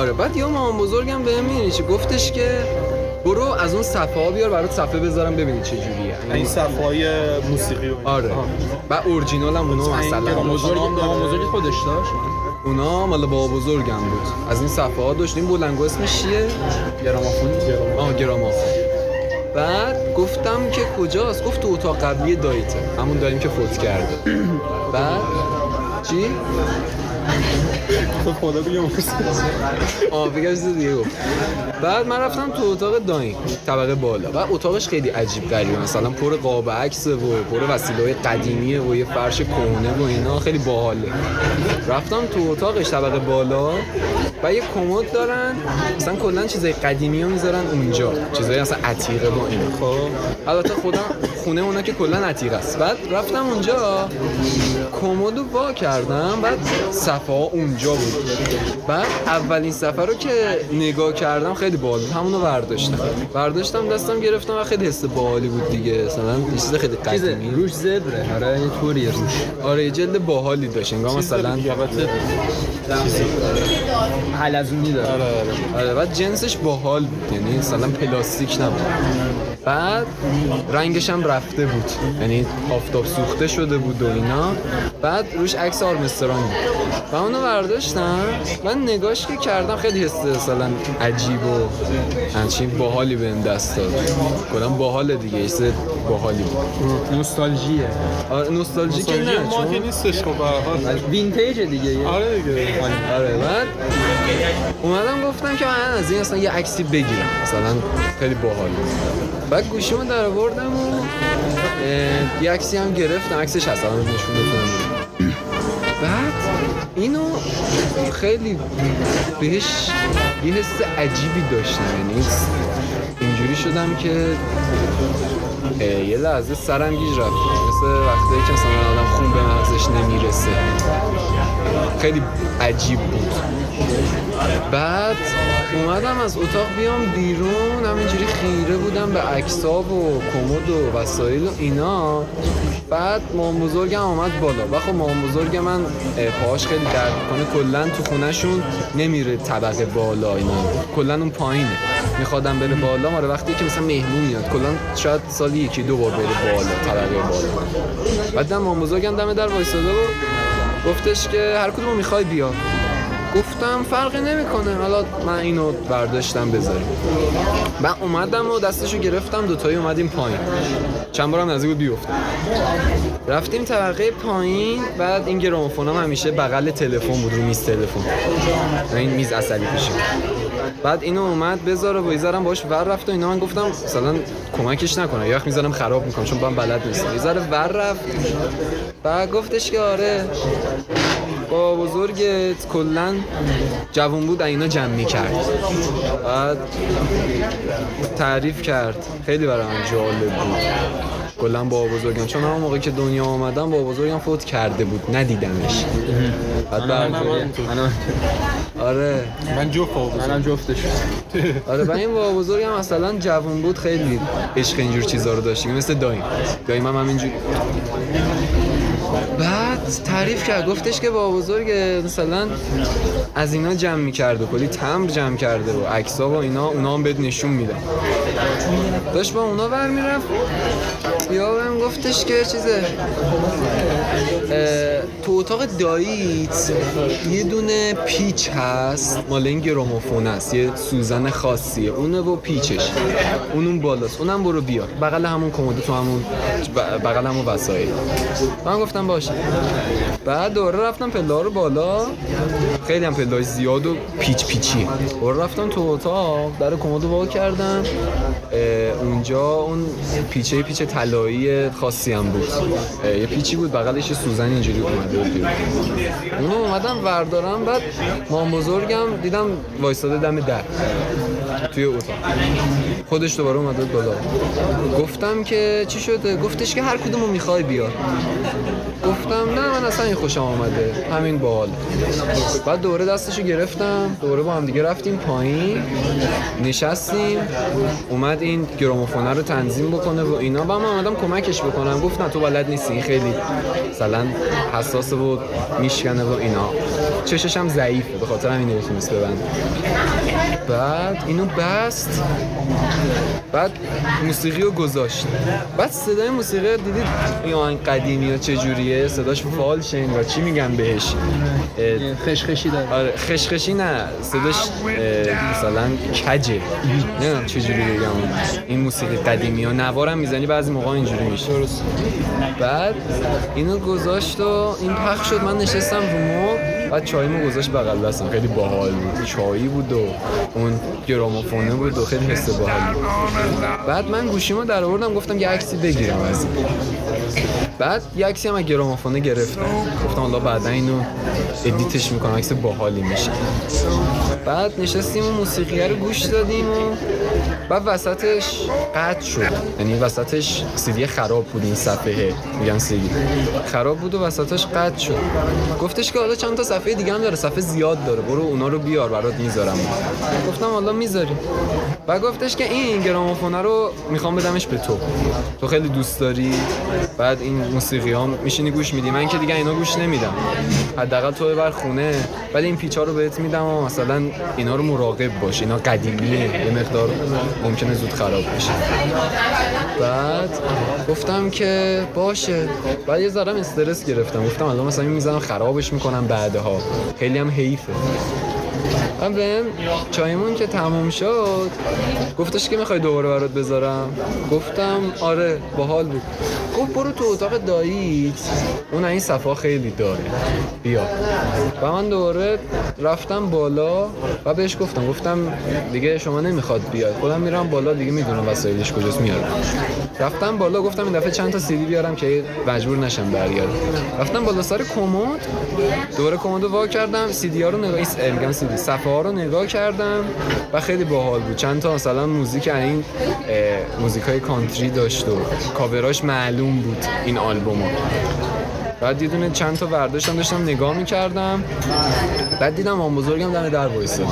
آره بعد یا مامان بزرگم بهم میگه چی گفتش که برو از اون صفحه ها بیار برات صفحه بذارم ببینی چه جوریه این صفحه‌های موسیقی و آره و اورجینال هم اونا مثلا مامان بزرگ خودش داشت اونا مال بابا بزرگم بود از این صفحه ها داشتیم بلنگو اسمش چیه گرامافون بعد گفتم که کجاست گفت تو اتاق قبلی داییته همون داییم که فوت کرده بعد چی تو خدا بیامرز بگم دیگه گفت بعد من رفتم تو اتاق دایم طبقه بالا و اتاقش خیلی عجیب غریبه مثلا پر قاب عکس و پر وسیله‌های قدیمیه و یه فرش کهنه و اینا خیلی باحاله رفتم تو اتاقش طبقه بالا و یه کمد دارن مثلا کلا چیزای قدیمی‌ها میذارن اونجا چیزای مثلا عتیقه با اینا خب البته خونه اونا که کلا عتیقه است بعد رفتم اونجا کمدو وا کردم بعد صفحه اونجا بود بعد اولین صفحه رو که نگاه کردم خیلی باحال بود همونو برداشتم دستم گرفتم و خیلی حس باحالی بود دیگه مثلا یه چیز خیلی قدیمی روش زبره آره یه طوریه روش آره یه جلد باحالی داشت انگار مثلا البته حلزونی داره آره بعد جنسش باحال بود یعنی مثلا پلاستیک نبود بعد رنگش هم رفته بود یعنی آفتاب سوخته شده بود و اینا بعد روش عکس آرمسترانگ بود و اونو برداشتم من نگاهش که کردم خیلی حس مثلا عجیب و همچین باحالی بهم دست داد کلا باحاله دیگه حس باحالی بود نوستالژیه آره نوستالژیک نه ما که نیستش خب به هر حال وینتیج دیگه آره دیگه آره بعد اومدم گفتم که من از این اصلا یه عکسی بگیرم مثلا خیلی باحاله بعد گوشیمو در آوردم و یه عکسی هم گرفتم عکسش هست الان نشون بدم بعد اینو خیلی بهش یه حس عجیبی داشتم یعنی اینجوری شدم که یه لحظه سرم گیج رفت مثل وقتی که مثلا آدم خون به مغزش نمیرسه خیلی عجیب بود بعد اومدم از اتاق بیام بیرون همینجوری خیره بودم به عکس‌ها و کمد و وسایل و اینا بعد مامان بزرگم اومد بالا و خب مامان بزرگ من پاهاش خیلی درد میکنه کلا تو خونهشون نمیره طبقه بالا اینا کلا اون پایینه میخوادم بره بالا ماره وقتی که مثلا مهمون میاد کلا شاید سالی یکی دو بار بره بالا طبقه بالا بعد مامان بزرگم دم در وایساده و گفتش که هر کدومو میخوای بیا گفتم فرقی نمیکنه حالا من اینو برداشتم بذاریم من اومدم و دستشو گرفتم دوتایی اومدیم پایین چند بارم نزدیک بود بیفتم رفتیم طبقه پایین بعد این گرامافون هم همیشه بغل تلفن بود رو میز تلفن این میز عصبی پیشیم بعد اینو اومد بذاره و ایزارم باش ور رفت و اینا من گفتم مثلا کمکش نکنه یا وقت میذارم خراب میکنم چون من بلد نیستم ایزار ور رفت بعد گفتش که آره با بزرگت کلن جوون بود اینا جمع میکرد بعد تعریف کرد خیلی برای من جالب بود کلن بابا بزرگم چون همون موقع که دنیا آمدم بابا بزرگم فوت کرده بود ندیدمش بعد آره منم جفتش آره و این بابا بزرگم مثلا جوون بود خیلی عشق اینجور چیزا رو داشت مثل دایم هم همینجوری بعد تعریف کرد گفتش که بابا بزرگ مثلا از اینا جمع می‌کرد و کلی تمبر جمع کرده و عکس‌ها و اینا اونا هم بهت نشون میدن داشت با اونا ور میرفت یا بهم گفتش که چیزه تو اتاق داییت یه دونه پیچ هست مال این گرامافون هست یه سوزن خاصیه اونه و پیچش اون بالاست اونم برو بیار بغل همون کمد تو همون بغل همون وسایل من گفتم باشه بعد دوباره رفتم پله‌ها رو بالا خیلی هم پله‌های زیاد و پیچی دوباره رفتم تو اتاق در کمد وا کردم اونجا اون پیچ طلایی خاصی هم بود یه پیچی بود بغلش سوزن اینجوری اومده بود اونو اومدم وردارم بعد مام بزرگم دیدم وایساده دم در توی اتاق خودش دوباره اومده بالا گفتم که چی شده گفتش که هر کدومو میخوای بیار گفتم نه من اصلا این خوشم آمده همین باحال بعد بعد دوره دستشو گرفتم، دوره با هم دیگه رفتیم پایین نشستیم، اومد این گرامافون رو تنظیم بکنه و اینا، و من اومدم کمکش بکنم. گفت نه تو بلد نیستی، این خیلی مثلا حساسه و میشکنه و اینا، چشش هم ضعیفه به خاطر همین نمیتونست ببنده. بعد اینو بست، بعد موسیقی رو گذاشت. بعد صدای موسیقی دیدید این آهنگ قدیمی ها چجوریه، صداش فالشه و چی میگن بهش، خشخشی داره. آره خشخشی نه، صداش مثلا کجه، نمیدونم چجوری بگم. این موسیقی قدیمی ها نوارم میزنی بعضی موقع اینجوری میشه. بعد اینو گذاشت و این پخش شد، من نشستم رو مبل، بعد چایمو گذاشت بغل دستم، خیلی باحال بود، چایی بود و اون گرامافونه بود و خیلی حس باحال بود. بعد من گوشیمو در آوردم، گفتم یه عکسی بگیرم از این. بعد یه عکسی هم از گرامافونه گرفتم، گفتم حالا بعدا اینو ادیتش میکنم، عکس باحالی میشه. بعد نشستیم و موسیقی رو گوش دادیم و بعد وسطش قطع شد، یعنی وسطش سیدی خراب بود، این صفحه میگن سیدی خراب بود و وسطش قطع شد. گفتش که حالا چند تا صفحه دیگه هم داره، صفحه زیاد داره، برو اونا رو بیار برات میذارم. گفتم حالا میذاریم. بعد گفتش که این گرامافون رو میخوام بدمش به تو خیلی دوست داری، بعد این موسیقی ها میشینی گوش میدی، من که دیگه اینا گوش نمیدم، حداقل تو ببر خونه، ولی این پیچا رو بهت میدم و مثلا اینا رو مراقب باش، اینا قدیمیه، یه مقدار ممکنه زود خراب بشه. بعد گفتم که باشه. بعد یه ذره استرس گرفتم، گفتم الان مثلا میذارم خرابش میکنم بعدها، خیلی هم حیفه. بهم چایمون که تموم شد گفتش که میخوای دوباره برات بذارم. گفتم آره باحال بود. گفت برو تو اتاق داییت، اون این صفحه خیلی داره، بیا. و من دوباره رفتم بالا و بهش گفتم دیگه شما نمیخواد بیاد، خودم میرم بالا دیگه، میدونم وسایلش کجاست میارم. رفتم بالا، گفتم این دفعه چند تا سیدی بیارم که مجبور نشم برگردم. رفتم بالا سر کمد، دوباره کمدو وا کردم، سیدی ها رو میگم سیدی صفحه ها رو نگاه کردم و خیلی باحال بود. چند تا مثلا موزیک این موزیکای کانتری داشت و کاوراش معلوم بود این آلبومو. بعد یه دونه چند تا برداشتم داشتم نگاه می‌کردم، بعد دیدم مام بزرگم دم در وایساده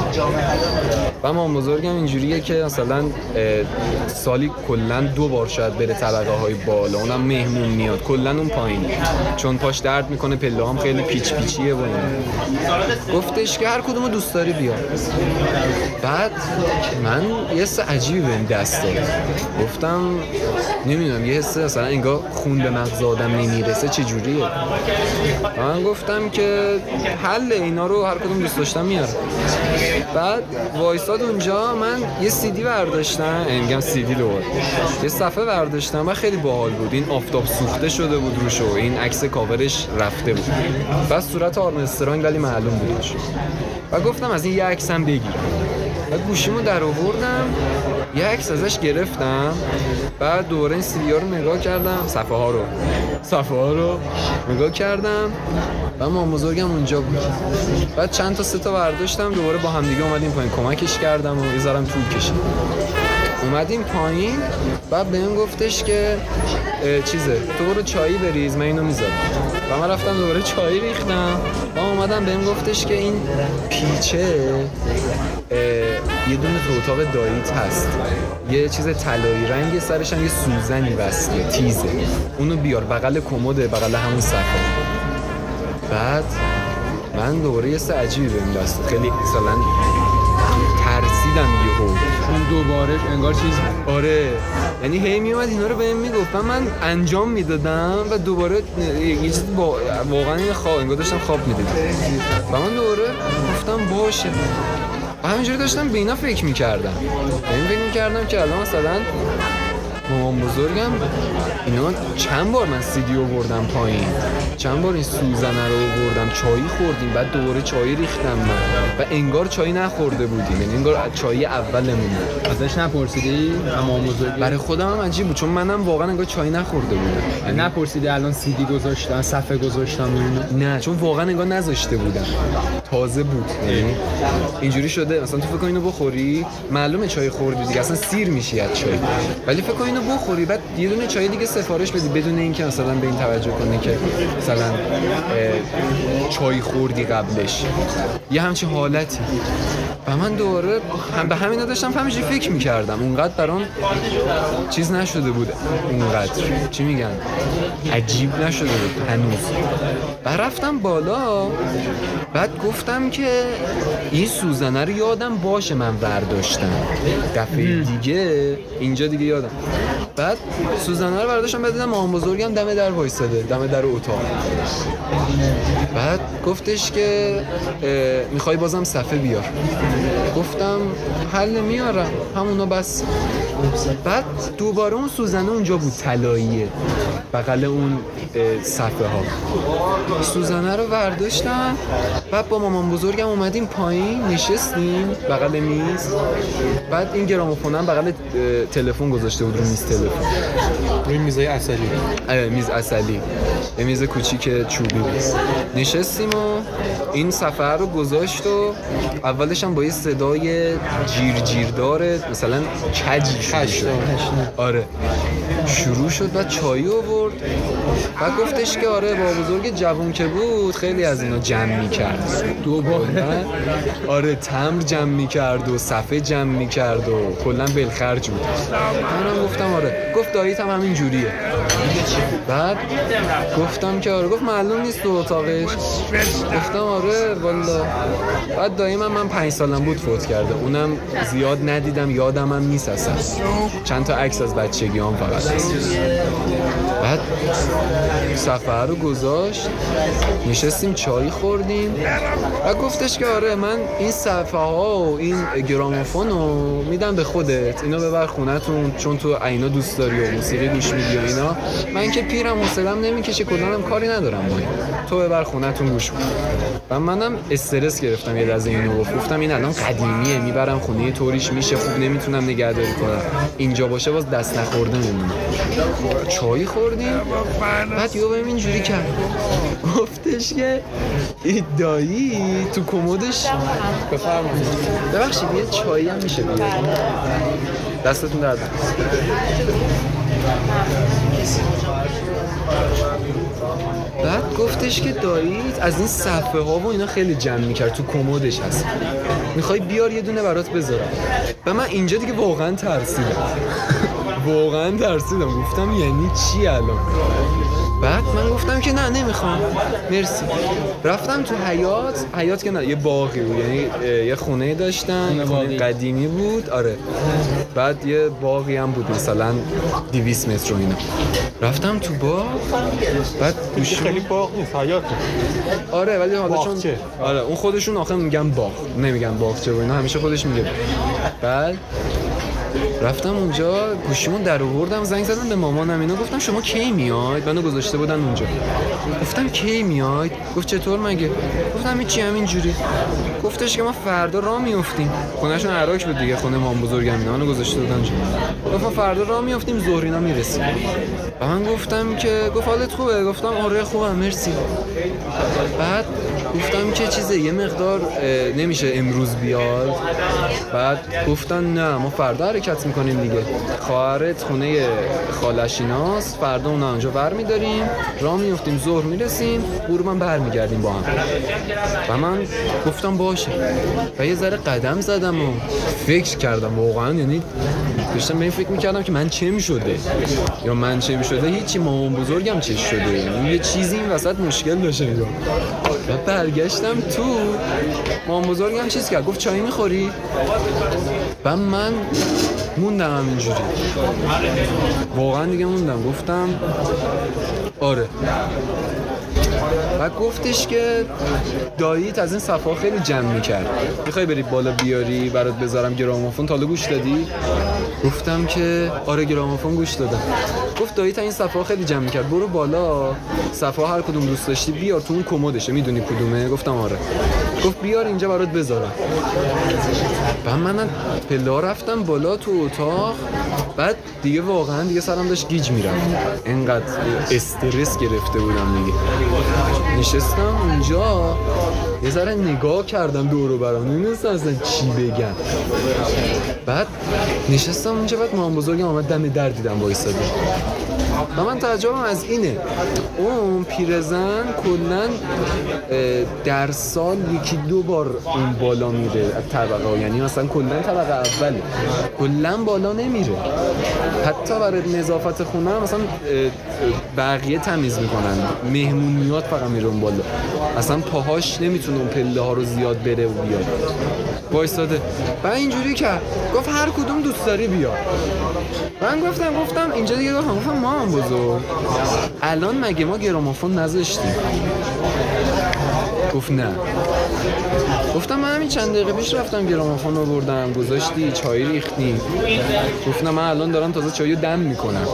و مام بزرگم اینجوریه که مثلا سالی کلا 2 بار شاید بره طبقه های بالا، اونم مهمون میاد، کلا اون پایین چون پاش درد میکنه، پله هم خیلی پیچ پیچیه و اینا. گفتش که هر کدومو دوست داری بیا. بعد من یه حس عجیبی بهم دست داد، گفتم نمیدونم، یه حس مثلا انگار خون به مغز آدم نمیرسه چجوریه. من گفتم که حل اینا رو هر کدوم دوست داشتم میارم. بعد وایساد اونجا، من یه سیدی برداشتم، میگم سیدی رو یه صفحه برداشتم و خیلی باحال بود، این آفتاب سوخته شده بود روش و این عکس کاورش رفته بود، بس صورت آرمسترانگ ولی معلوم بودش. و گفتم از این یه عکسم بگیر. بعد گوشیمو در آوردم، یه عکس ازش گرفتم، بعد دوباره این سیدی ها رو نگاه کردم، صفحه ها رو نگاه کردم و مام بزرگم اونجا بود. بعد چند تا 3 تا برداشتم، دوباره با هم دیگه اومدیم پایین، کمکش کردم و یه ذرم طول کشید. اومدیم پایین، بعد بهم گفتش که تو برو چایی بریز، من اینو میذارم. و من رفتم دوباره چایی ریختم و اومدم بهم گفتش که این پیچه یه دونه تو اتاق داییت هست، یه چیز طلایی رنگ، سرش هم یه سوزنی بسته تیزه، اونو بیار بغل کمد، بغل همون صفحه. بعد من دوباره یه سه عجیبی بهم دست، خیلی مثلا ترسیدم یهو، اون دوباره انگار چیز، آره یعنی هی میومد اینا رو بهم میگفت، من انجام میدادم و دوباره یه چیز واقعا این انگار داشتم خواب میدیدم و من دوباره گفتم باشه. و همینجوری داشتم به اینا فکر میکردم، فکر میکردم که الان مثلا مامان بزرگم اینا چند بار من سیدی رو بردم پایین، چند بار این سوزنه رو بردم، چایی خوردیم، بعد دوباره چایی ریختم من و انگار چایی نخورده بودیم، یعنی انگار چایی اولمون بود. ازش نپرسیدی مامان بزرگ؟ برای خودم هم عجیب بود چون منم واقعا انگار چایی نخورده بودم. یعنی نپرسیدی الان سیدی گذاشتم، صفحه گذاشتم اینو؟ نه، چون واقعا انگار نذاشته بودم، تازه بود، یعنی اینجوری شده مثلا تو فکر کن اینو بخوری معلومه چای خوردی دیگه، اصلا سیر میشی از چای، ولی فکر کن اینو بخوری بعد یه دونه چای دیگه سفارش بدی بدون اینکه مثلا به این توجه کنی که مثلا چای خوردی قبلش، یه همچین حالتی. و من دوباره به همینا داشتم همینجوری فکر میکردم، اونقدر برام چیز نشده بود، اونقدر چی میگن عجیب نشده بود هنوز. بعد رفتم بالا، بعد گفتم که این سوزنه رو یادم باشه من برداشتم دفعه دیگه اینجا دیگه یادم. بعد سوزنه رو برداشتم، بعد دیدم مامان بزرگم دم در وایساده، دم در اتاق. بعد گفتش که میخوای بازم صفحه بیار. گفتم حل میارم همونو بس. بعد دوباره اون سوزنه اونجا بود، طلاییه بغل اون صفحه ها. سوزنه رو برداشتم، بعد با مامان بزرگم اومدیم پایین نشستیم بغل میز. بعد این گرامافونم بغل تلفن گذاشته بود رو میز تلفن، روی میزای عسلی. میز عسلی، یه میز کوچیک چوبی بود. نشستیم و این صفحه رو گذاشت و اولش هم با یه صدای جیر داره مثلا کجی شروع شد. آره شروع شد. بعد چایی آورد، بعد گفتش که آره با بزرگ جوان که بود خیلی از اینا جمع می‌کرد دوباره. آره تمر جمع می‌کرد و صفحه جمع می‌کرد و کلا بلخرج بود. منم گفتم آره. گفت داییت هم همین جوریه. بعد گفتم که آره. گفت معلوم نیست تو اتاقش. گفتم آره والا. بعد دایی من 5 سالم بود فوت کرده، اونم زیاد ندیدم، یادم هم نیست اصلا، چند تا عکس از بچگیام فقط هست. بعد صفحه رو گذاشت، نشستیم چای خوردیم و گفتش که آره من این صفحه ها و این گرامافون رو میدم به خودت، اینو ببر خونتون چون تو اینا دوست داری و موسیقی گوش میدی و اینا. من که پیرم حوصله‌ام نمیکشه، کلا هم کاری ندارم با این، تو ببر خونتون گوش کن. و منم استرس گرفتم یه لحظه اینو گفتم این الان قدیمیه، میبرم خونه طوریش میشه خوب نمیتونم نگهداری کنم، اینجا باشه باز دست نخورده میمونه. چای خوردیم، بعد یهو بهم اینجوری کرد، گفتش که این دایی تو کمدش بفرمایید ببخشید یه چایی هم میشه بیارید، دستتون درد نکنه. بعد گفتش که داییت از این صفحه ها و اینا خیلی جمع میکرد، تو کمدش هست، میخوای بیار یه دونه برات بذارم. و من اینجا دیگه واقعا ترسیدم گفتم یعنی چی الان؟ بعد من گفتم که نه نمیخوام مرسی. رفتم تو حیاط که نه یه باغی بود، یعنی یه خونه داشتن، خونه قدیمی بود. آره بعد یه باغی هم بود مثلا 200 متر و اینا. رفتم تو باغ، بعد خیلی باغ نیست، حیاطه. آره ولی حالا چون باغچه. آره اون خودشون آخه میگن باغ نمیگن باغچه و اینا، همیشه خودش میگه. بعد رفتم اونجا، گوشیمون در آوردم، زنگ زدم به مامانم اینا، گفتم شما کی میاید؟ منو گذاشته بودن اونجا. گفتم کی میاید؟ گفت چطور مگه؟ گفتم هیچی همینجوری. گفتش که ما فردا راه میافتیم، خونه‌شون عراق بود دیگه، خونه مام بزرگم اینا، منو گذاشته بودن اونجا. گفت ما فردا راه میافتیم ظهرینا میرسیم. و من گفتم که گفت حالت خوبه؟ گفتم آره خوبم مرسی. بعد گفتم که چیزه یه مقدار نمیشه امروز بیاد؟ بعد گفتن نه ما فردا حرکت میکنیم دیگه، خواهرت خونه خالش ایناست، فردا اونا اونجا برمیداریم راه میفتیم ظهر میرسیم غروبم برمیگردیم با هم. و من گفتم باشه. و یه ذره قدم زدم و فکر کردم واقعا، یعنی داشتم به این فکر میکردم که من چه میشده یا من چه میشده، هیچی مامان بزرگم چه شده، یعنی یه چیزی این وسط مشکل داشته اینجا. و برگشتم تو، مامان بزرگم چیز کرد، گفت چای میخوری؟ و من موندم همینجوری، واقعا دیگه موندم، گفتم آره. و گفتش که داییت از این صفحه خیلی جمع میکرد، میخوای بری بالا بیاری برات بذارم گرامافون، تا حالا گوش دادی؟ گفتم که آره گرامافون گوش دادم. گفت داییت این صفحه خیلی جمع میکرد، برو بالا صفحه هر کدوم دوست داشتی بیار، تو اون کمدشه میدونی کدومه؟ گفتم آره. گفت بیار اینجا برات بذارم. و من پلا رفتم بالا تو اتاق، بعد دیگه واقعا دیگه سرم داشت گیج میرفت، اینقدر استرس گرفته بودم دیگه. نشستم اونجا یه ذره نگاه کردم دور و برم، نمیدونستم اصلا چی بگم. بعد نشستم اونجا، بعد مامان بزرگم آمد دم در، دیدم وایساده. و من تعجبم از اینه اون پیرزن کلن در سال 1-2 بار اون بالا میره طبقه، یعنی مثلا کلن طبقه اوله کلن بالا نمیره، حتی برای نظافت خونه مثلا بقیه تمیز میکنن، مهمون میاد فقط میره اون بالا، اصلا پاهاش نمیتونه اون پله ها رو زیاد بره و بیاد، وایساده. و اینجوری که گفت هر کدوم دوست داری بیا. من گفتم اینجا دیگه گفتم ما هم بزرگ الان مگه ما گرامافون نذاشتیم؟ گفت نه. گفتم من همین چند دقیقه پیش رفتم گرامافون رو بردم گذاشتی چای ریختی. گفتم من الان دارم تازه چایو دم میکنم.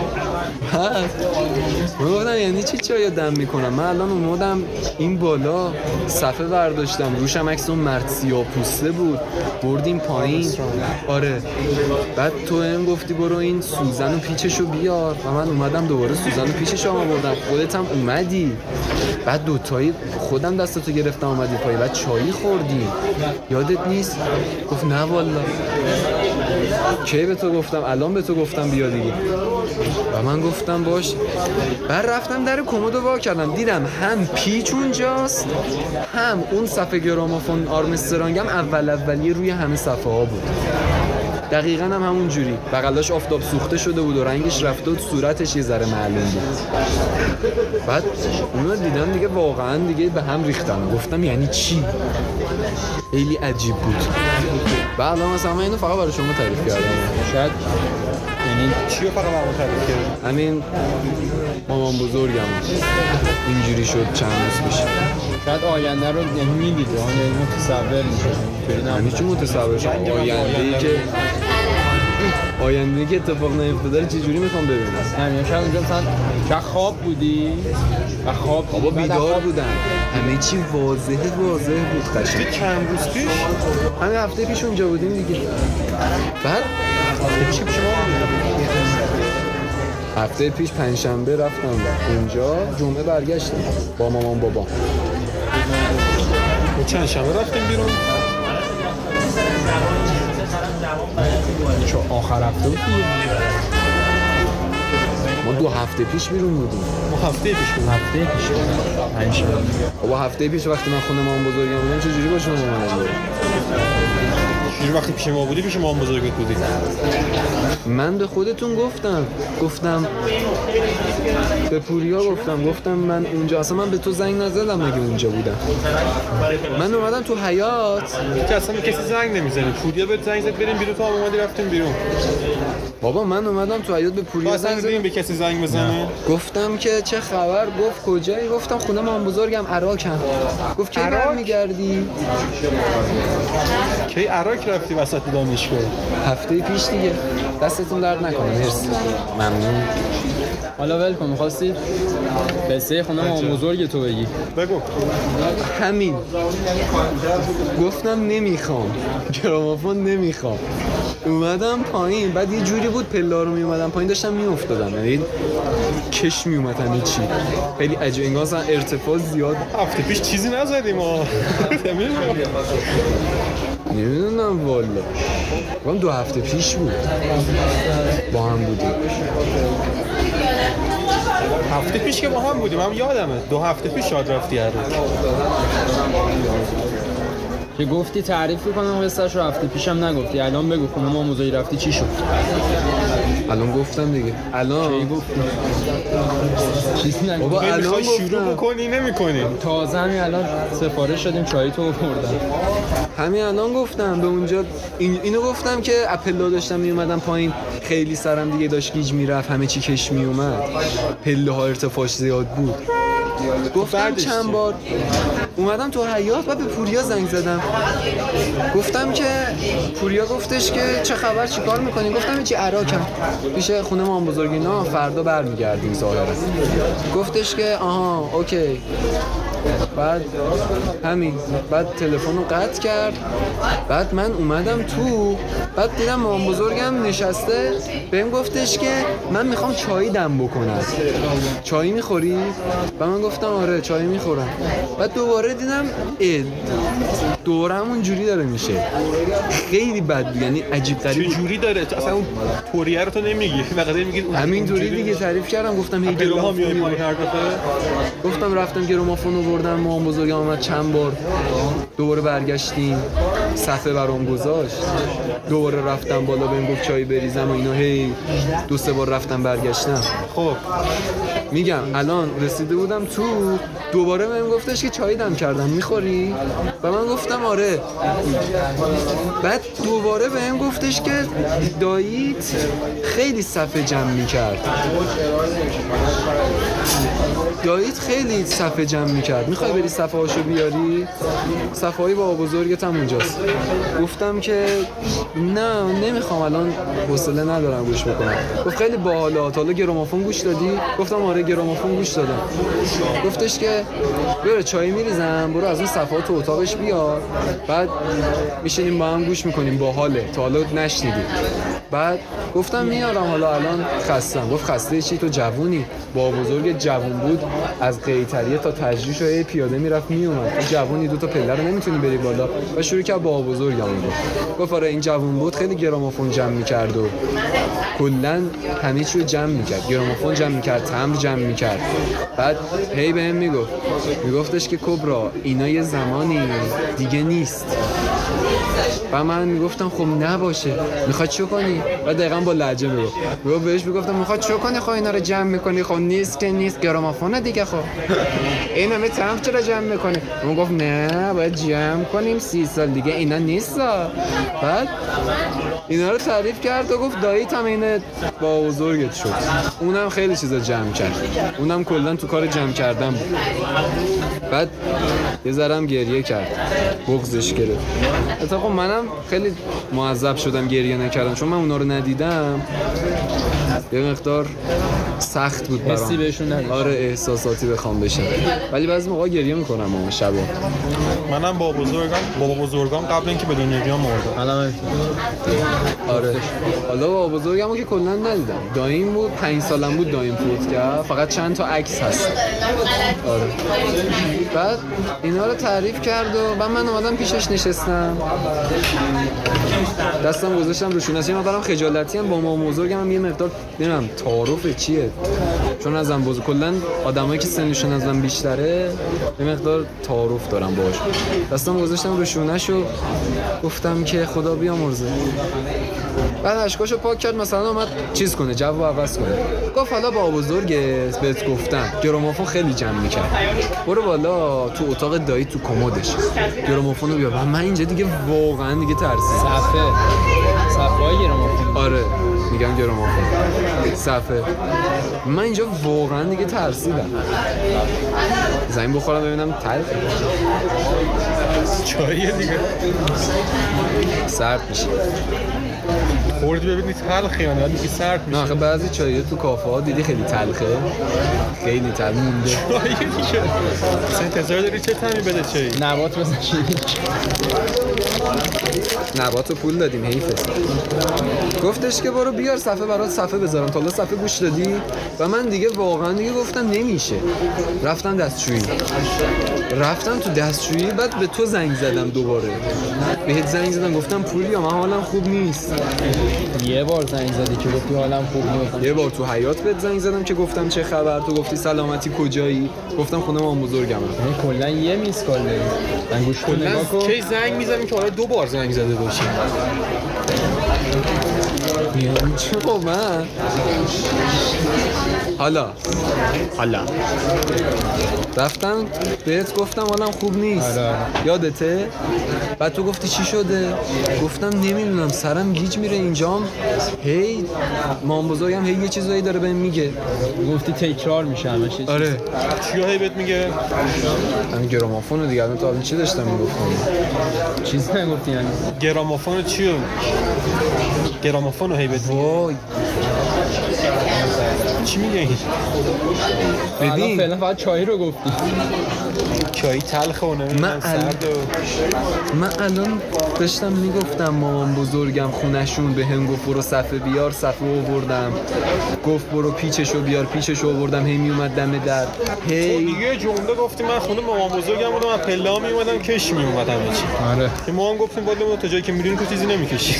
من گفتم یعنی چی چایو دم میکنم؟ من الان اومدم این بالا صفحه برداشتم روشم عکس اون مرد سیاه‌پوسته بود بردیم پایین. آره بعد تو هم گفتی برو این سوزن و پیچشو بیار و من اومدم دوباره سوزن و پیچشو آوردم، خودت هم اومدی، بعد دوتایی خودم دستتو گرفتم اومدی پای، بعد چایی خوردی یادت نیست؟ گفت نه والا. کی به تو گفتم؟ الان به تو گفتم بیا دیگه. و من گفتم باش. بعد رفتم در کمدو وا کردم دیدم هم پیچ اونجاست هم اون صفحه گرامافون آرمسترانگم اولیه روی همه صفحه ها بود، دقیقاً هم همون جوری بغلاش آفتاب سوخته شده بود و رنگش رفته بود، صورتش یه ذره معلوم بود. بعد اونو دیدم دیگه واقعاً دیگه به هم ریختم، گفتم یعنی چی؟ خیلی عجیب بود. بعد الان مثلا من اینو فقط برای شما تعریف کردم، شاید یعنی چی رو فقط برام تعریف کردی؟ همین مامان بزرگم اینجوری شد چند روز پیش. شاید آینده رو یعنی می‌دید، یعنی متصور می‌شد. یعنی چی متصور شد؟ آینده‌ای که اتفاق نیفتاده رو چجوری میخوام ببینم؟ همین شاید اونجا مثلا چه خواب بودی و خواب بابا بیدار بودم، همه چی واضح بود قشنگ. چند روز پیش؟ همین هفته پیش اونجا بودیم دیگه. بعد هفته پیش شما هفته پیش پنجشنبه رفتم اونجا، جمعه برگشتم با مامان بابا. چند شنبه رفتیم بیرون؟ چون آخر هفته بود دیگه. ما 2 هفته پیش بیرون بودیم. ما هفته پیش بودیم. هفته پیش پنجشنبه. بابا هفته پیش وقتی من خونه مامان بزرگم بودم چجوری با شما اومدم؟ چجوری وقتی پیش ما بودی پیش مامان بزرگت بودی؟ من به خودتون گفتم به پوریا گفتم من اونجا اصلا من به تو زنگ نزدم مگه اونجا بودم. من اومدم تو حیاط که اصلا به کسی زنگ نمیزنی، پوریا بهت زنگ زد بریم بیرون، تو هم اومدی رفتیم بیرون. بابا من اومدم تو حیاط به پوریا زنگ زدم به کسی زنگ بزنی. گفتم که چه خبر، گفت کجایی؟ گفتم خونه مامان بزرگم عراقم. گفت کی برمیگردی؟ کی عراق رفتی وسط دانشگاه؟ هفته پیش دیگه. دستتون درد نکنه، مرسی، ممنون. حالا ول کن، می‌خواستی قصه خونه مامان بزرگ تو بگی. بگو. همین گفتم نمیخوام گرامافون نمیخوام. اومدم پایین، بعد یه جوری بود پلا رو میومدم پایین داشتم میافتادم، یعنی کش میومد همین چی، خیلی عجیب، انگار اصلا ارتفاع زیاد. هفته پیش چیزی نزدیم ما. نمیدونم والا، گفتم 2 هفته پیش بود با هم بودیم. هفته پیش که با هم بودیم، هم یادمه 2 هفته پیش شاد رفتی عراق. که گفتی تعریف کنم قصه‌ش رو، هفته پیشم نگفتی، الان بگو خونه مامان بزرگ رفتی چی شد؟ الان گفتم دیگه. الان کی گفتی؟ چیزی نگفتی. بابا الان میخوای شروع گفتم. بکنی نمی‌کنی. تازه همین الان سفارش شدیم چای تو بردم. همین الان گفتم به اونجا اینو گفتم که اپلا داشتم میومدم پایین، خیلی سرم دیگه داشت گیج میرفت، همه چی کش میومد، پله ها ارتفاعش زیاد بود. گفتم چند بار اومدم تو حیاط و به پوریا زنگ زدم، گفتم که پوریا گفتش که چه خبر چیکار میکنی؟ گفتم چی عراقم پیش خونه مامان بزرگ اینا، فردا برمیگردیم ظاهرا. گفتش که آها اوکی. بعد همین، بعد تلفن رو قطع کرد. بعد من اومدم تو، بعد دیدم مامان بزرگم نشسته بهم گفتش که من میخوام چای دم بکنم، چای میخوری؟ و من گفتم آره چای میخورم. بعد دوباره دیدم دوباره همون جوری داره میشه. خیلی بد، یعنی عجیب چه غریب. جوری داره؟ اصلا اون توریه رو تو نمیگی، فقط میگی همین جوری دیگه تعریف کردم، گفتم هی گروها میای گرامافون پایین هر دفعه. گفتم رفتم گرامافون رو بردم، مام بزرگم اومد چند بار، دوباره برگشتیم صفحه برام گذاشت، دوباره رفتم بالا بهم گفت چای بریزم و اینا، هی 2-3 بار رفتم برگشتم. خب میگم الان رسیده بودم تو، دوباره بهم گفتش که چای دم کردم میخوری؟ و من گفتم آره. بعد دوباره بهم گفتش که داییت خیلی صفحه جمع میکرد، داییت خیلی صفحه جمع میکرد، میخوای بری صفحه هاشو بیاری؟ صفحه های بابا بزرگت هم اونجاست. گفتم که نه نمیخوام الان، حوصله ندارم گوش بکنم. گفت خیلی باحاله، حالا گرامافون گوش دادی؟ گفتم آره گرامافون گوش دادم. گفتش که برو چای میریزم، برو از اون صفحات تو اتاقش بیار، بعد میشینیم با هم گوش میکنیم، باحاله، تا حالا نشنیدی. بعد گفتم میارم، حالا الان خستم. گفت خسته چی؟ تو جوونی. با بزرگ جوون بود، از قیطریه تا تجریش و پیاده میرفت میومد. تو جوونی، 2 تا پله رو نمیتونی بری بالا. و شروع کرد با بزرگم گفت آره این جوون بود خیلی گرامافون جمع میکرد و کلا همه چی رو جمع میکرد، گرامافون جمع میکرد، تمبر جمع میکرد. بعد هی بهم میگفتش که کبرا اینا یه زمانی دیگه نیست. و من میگفتم خب نباشه، میخواد چه کنی؟ و دقیقاً با لهجه میگفت بهش میگفتم میخواد چه کنی؟ خب اینا رو جمع میکنی؟ خب نیست که نیست، گرامافونه دیگه. خب این همه تمبر چرا جمع میکنی؟ اون گفت نه باید جمع کنیم، 30 سال دیگه اینا نیست. بعد اینا رو تعریف کرد و گفت داییت هم اینه با بزرگت شد. اونم خیلی چیزا جمع کرد، اونم کلا تو کار جمع کردن بود. بعد یه ذرم گریه کرد، بغضش گرفت. اتفاقا منم خیلی معذب شدم گریه نکردم، چون من اونا رو ندیدم. یه مقدار سخت بود برام، حسی بهشون نداشت. آره احساساتی بخوام بشم، ولی بعضی موقع گریه میکنم اون شبا. منم با بزرگام قبل اینکه به دنیا بیام مردم. حالا آره حالا با بزرگمو که کلا ندیدم، دایم بود، 5 سالم بود دایم فوت کرد، فقط چند تا عکس هست. آره بعد اینا رو تعریف کرد و من اومدم پیشش نشستم، دستم گذاشتم رو شونش. من برام خجالتی ام، با مام بزرگم هم یه مقدار نمیدونم تعارف چیه، چون ازم بزرگ کلا آدمایی که سنشون ازم بیشتره یه مقدار تعارف دارم باهاش. دستم گذاشتم رو شونش و گفتم که خدا بیامرزه. بعد اشکاشو پاک کرد، مثلا اومد چیز کنه، جو عوض کنه. گفت حالا با بزرگت بهت گفتم گرامافون خیلی جمع میکرد، برو بالا تو اتاق دایی تو کمدش گرامافون رو بیار. و من اینجا دیگه واقعا دیگه ترسیدم. صفحه‌های گرامافون. آره میگم گرامافون صفحه. من اینجا واقعا دیگه ترسیدم، زمین بخورم ببینم تلخه، چاییه دیگه سرد میشه. خوردی ببینی تلخه یا نه دیگه سرد میشه. نه آخه بعضی چایی‌ها تو کافه ها دیدی خیلی تلخه، خیلی تلخ مونده. چاییه دیگه. اصلا انتظار داری چه طعمی بده چای؟ نبات بزن نباتو پول دادیم حیفه. گفتش که برو بیار صفحه برات صفحه بذارم، تا حالا صفحه گوش دادی؟ و من دیگه واقعا دیگه گفتم نمیشه. رفتم دستشویی، رفتم تو دستشویی، بعد به تو زنگ زدم دوباره، بهت زنگ زدم گفتم پولیا من حالم خوب نیست. یه بار زنگ زدی که گفتی حالم خوب نیست. یه بار تو حیاط بهت زنگ زدم که گفتم چه خبر، تو گفتی سلامتی کجایی؟ گفتم خونه مام بزرگمم. یعنی کلا یه میس کال داری. من گوش کن نگاه کن. کی زنگ میزنی که حالا 2 بار زنگ زده باشی؟ یعنی چه با من؟ حالا رفتم بهت گفتم حالم خوب نیست. آره. یادته؟ بعد تو گفتی چی شده؟ گفتم نمیدونم سرم گیج میره اینجام، هی مام بزرگم هی یه چیزایی داره بهم میگه. گفتی تکرار میشه همه چیز. آره چیا هی بهت میگه؟ من گرامافون رو دیگه الان تا چی داشتم میگفتم؟ چیز نگفتی یعنی. گرامافون چیو؟ گرامافون رو هی بهت میگه. وای چی میگه این؟ الان ببین. فعلا فقط چای رو گفتی. چای تلخ و نمیدونم سرد و من الان داشتم میگفتم مامان بزرگم خونشون به هم گفت برو صفحه بیار، صفحه آوردم. گفت برو پیچشو بیار، پیچشو آوردم. هی میومد دم در هی دیگه جمله گفتی من خونه مامان بزرگم بودم، از پله ها میومدم کش میومد همه چی. آره. که ما هم گفتیم بالا تا جایی که میدونی تو چیزی نمیکشی.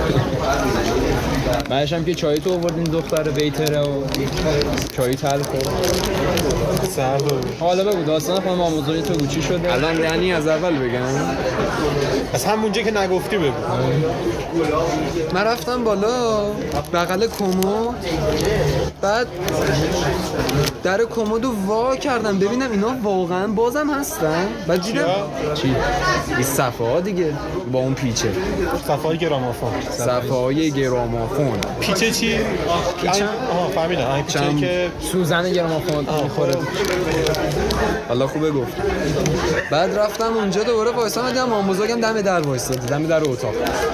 بعدش هم که چای تو آوردین دختر ویتره و چای تلخ و سرد و حالا بگو داستان خانم آموزایی تو گوچی شده؟ الان یعنی از اول بگم. از همونجا که نگفتی بگو. من رفتم بالا بغل کمد، بعد در کمدو وا کردم ببینم اینا واقعا بازم هستن. بعد دیدم چی؟ این صفحه ها دیگه با اون پیچه، صفای گرامافون. صفحه های گرامافون. پیچه چی؟ پیچه؟ آها فهمیدم. این پیچه چند- که سوزن گرامافون میخوره. حالا خوبه گفت. بعد رفتم اونجا دوباره وایسام، دیدم مام بزرگم دم در وایساده، دم در اتاق.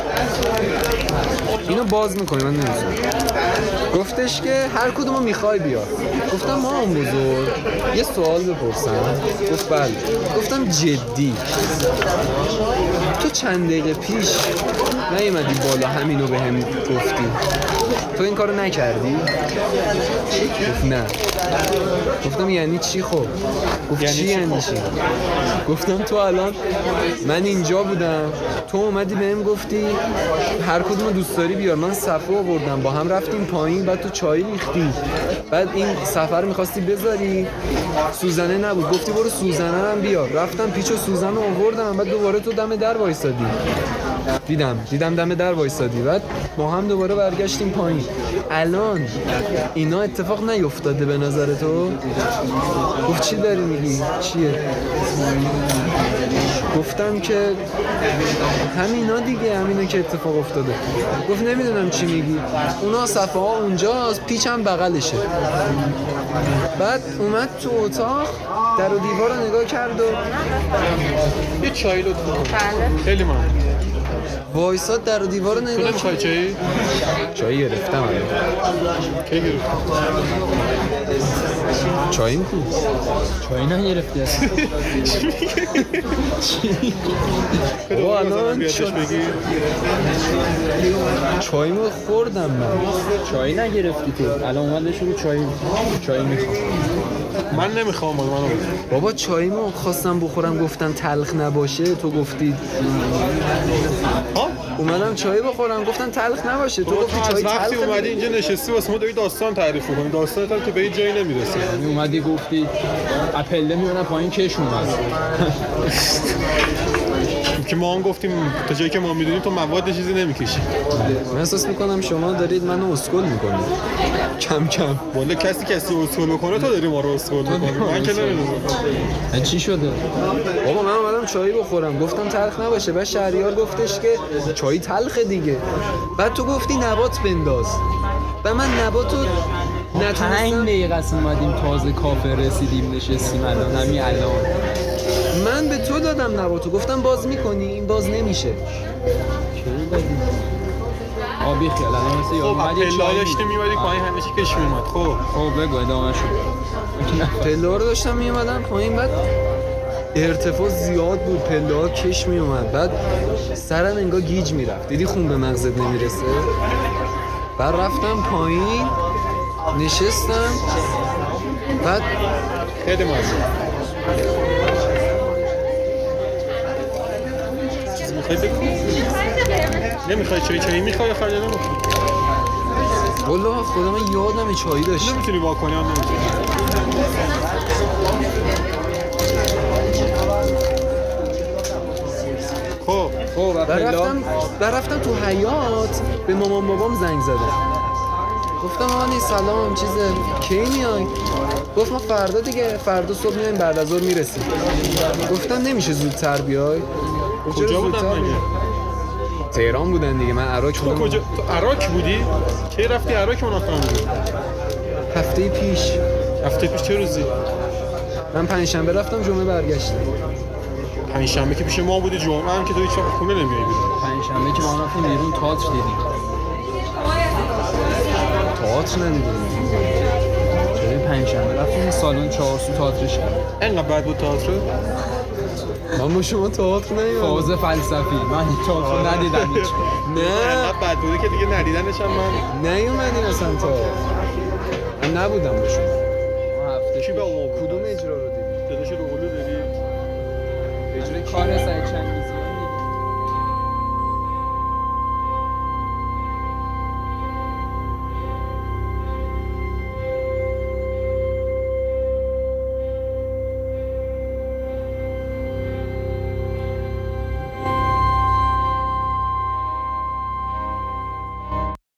اینو باز میکنی، من نمی‌دونم. گفتش که هر کدومو میخوای بیار. گفتم مام بزرگ یه سوال بپرسم. گفت بله. گفتم جدی تو چند دقیقه پیش نیومدی بالا همینو به هم گفتی، تو این کارو نکردی؟ گفت نه. گفتم یعنی چی؟ خب گفت یعنی چی چی یعنی چی؟ گفتم تو الان من اینجا بودم، تو اومدی بهم گفتی هر کدوم دوست داری بیار، من صفحه آوردم، با هم رفتیم پایین، بعد تو چای ریختی، بعد این صفحه رو می‌خواستی بذاری، سوزنه نبود، گفتی برو سوزنه هم بیار. رفتم پیچ و سوزن رو آوردم، بعد دوباره تو دم در وایسادی. دیدم دم در وایسادی، بعد با هم دوباره برگشتیم پایین. الان اینا اتفاق نیفتاده به نظر تو؟ گفت چی داری میگی؟ چیه؟ گفتم که همینا دیگه، همینا که اتفاق افتاده. گفت نمیدونم چی میگی، اونا صفحه ها اونجاست، پیچم بغلشه. بعد اومد تو اتاق، در و دیوار رو نگاه کرد و یه چای لطفا. خیلی ممنون. وایساد در و دیوار رو تو نگاه نمیخوای کرد. چای؟ چای گرفتم الان. کی گرفتی؟ چاییم کو؟ چای نگرفتی اصلا. بابا الان بیادش بگی. چاییمو خوردم من. چای نگرفتی تو الان اومدش رو چای میخوام. من نمیخوام منو. بابا چاییمو خواستم بخورم، گفتن تلخ نباشه، تو گفتی. ها؟ اومدم چای بخورم، گفتن تلخ نباشه، تو تو گفتی از چای وقتی تلخ. اومدی اینجا نشستی واسه ما داری داستان تعریف کنی، داستانت هم که به هیچ جایی نمیرسه. اومدی گفتی اپله میونم پایین کش اومد. که ما هم گفتیم تا جایی که ما میدونیم تو مواد چیزی نمیکشی. من احساس میکنم شما دارید منو اسکل میکنید کم کم. والا کسی اسکول بکنه تو داری ما رو اسکول میکنی. من که نمیدونم. چی شده؟ بابا من اومدم چای بخورم، گفتم تلخ نباشه، بعد شهریار گفتش که چای تلخه دیگه، بعد تو گفتی نبات بنداز، و من نباتو 5 نتونستم. دقیقه است اومدیم تازه کافه رسیدیم نشستیم همین الان. من به تو دادم نباتو، گفتم باز میکنی، این باز نمیشه. کی دادیم؟ آبی خیال الان مثل یاد خب اومد یه پلا چای داشتی میومدی پایین همه چی کش میومد. خب بگو ادامه شو. پله رو داشتم میومدم پایین، بعد ارتفاع زیاد بود، پله ها کش میومد، بعد سرم انگار گیج میرفت، دیدی خون به مغزت نمیرسه. بعد رفتم پایین نشستم، بعد خیلی ممنون. چیزی میخوای بگو؟ نمیخوای چای میخوای یا خیلی نمیخوای؟ والله خدا من یادم چایی داشت. نمیتونی واکنی هم نمیتونی. خب رفتم تو حیاط به مامان بابام زنگ زدم، گفتم مامان سلام، چیزه کی میای؟ گفت ما فردا دیگه، فردا صبح میایم، بعد از ظهر میرسیم. گفتم نمیشه زودتر بیای؟ کجا بودن مگه؟ تهران بودن دیگه، من عراق تو بودم. کجا؟ تو عراق بودی؟ کی رفتی عراق منافقم بودی؟ هفته پیش. هفته پیش چه روزی؟ من پنجشنبه رفتم، جمعه برگشتم. پنجشنبه که پیش ما بودی، جمعه هم که تو هیچ وقت خونه نمیای بیرون. پنجشنبه که ما رفتیم بیرون تئاتر دیدیم. تئاتر ندیدم. پنجشنبه رفتیم سالن چهارسو تئاترش کرد. اینقدر بد بود تئاتر. من با شما تئاتر نیومدم. فاز فلسفی من تئاتر ندیدم هیچ. نه اینقدر بد بوده که دیگه ندیدنش هم من. نیومدین اصلا تا من نبودم با شما. ما هفته کی به اون کدوم اجرا رو دیدی؟ داداش رو قلو داری؟ اجرا کی؟ کار سعید چنگیزی